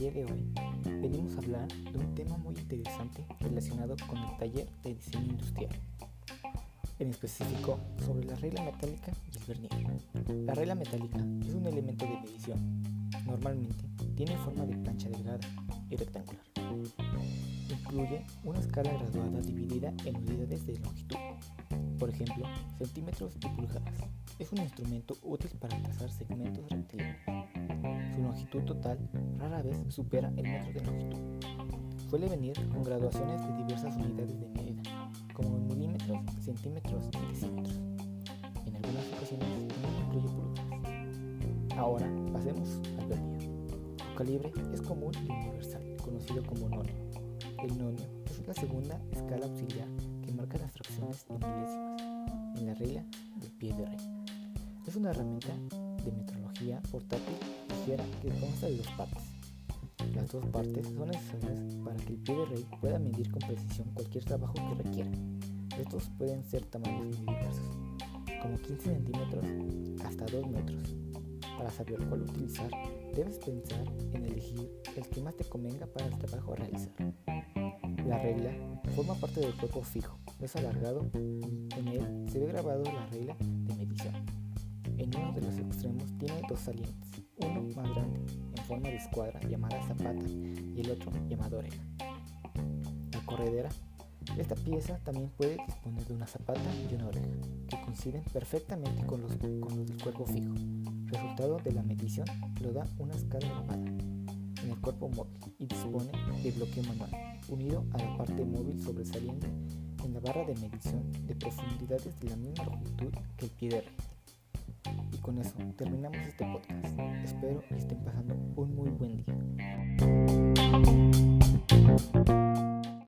día de hoy venimos a hablar de un tema muy interesante relacionado con el taller de diseño industrial, en específico sobre la regla metálica y el vernier. La regla metálica es un elemento de medición. Normalmente tiene forma de plancha delgada y rectangular. Incluye una escala graduada dividida en unidades de longitud, por ejemplo, centímetros y pulgadas. Es un instrumento útil para trazar segmentos rectilíneos. Su longitud total rara vez supera el metro de longitud. Suele venir con graduaciones de diversas unidades de medida, como en milímetros, centímetros y decímetros. En algunas ocasiones también incluye pulgadas. Ahora pasemos al vernier. Su calibre es común y universal, conocido como nonio. El nonio es la segunda escala auxiliar que marca las fracciones de milésimas en la regla del pie de rey. Es una herramienta de metrología portátil ligera que consta de dos partes. Las dos partes son necesarias para que el pie de rey pueda medir con precisión cualquier trabajo que requiera. Estos pueden ser tamaños muy diversos, como 15 centímetros hasta 2 metros. Para saber cuál utilizar, debes pensar en elegir el que más te convenga para el trabajo a realizar. La regla forma parte del cuerpo fijo, es alargado y en él se ve grabado la regla de medición. En uno de los extremos tiene dos salientes, uno más grande en forma de escuadra llamada zapata y el otro llamado oreja. La corredera. Esta pieza también puede disponer de una zapata y una oreja, que coinciden perfectamente con los del cuerpo fijo. Resultado de la medición lo da una escala grabada en el cuerpo móvil y dispone de bloqueo manual, unido a la parte móvil sobresaliente en la barra de medición de profundidades de la misma longitud que el pie de rey. Y con eso terminamos este podcast. Espero que estén pasando un muy buen día.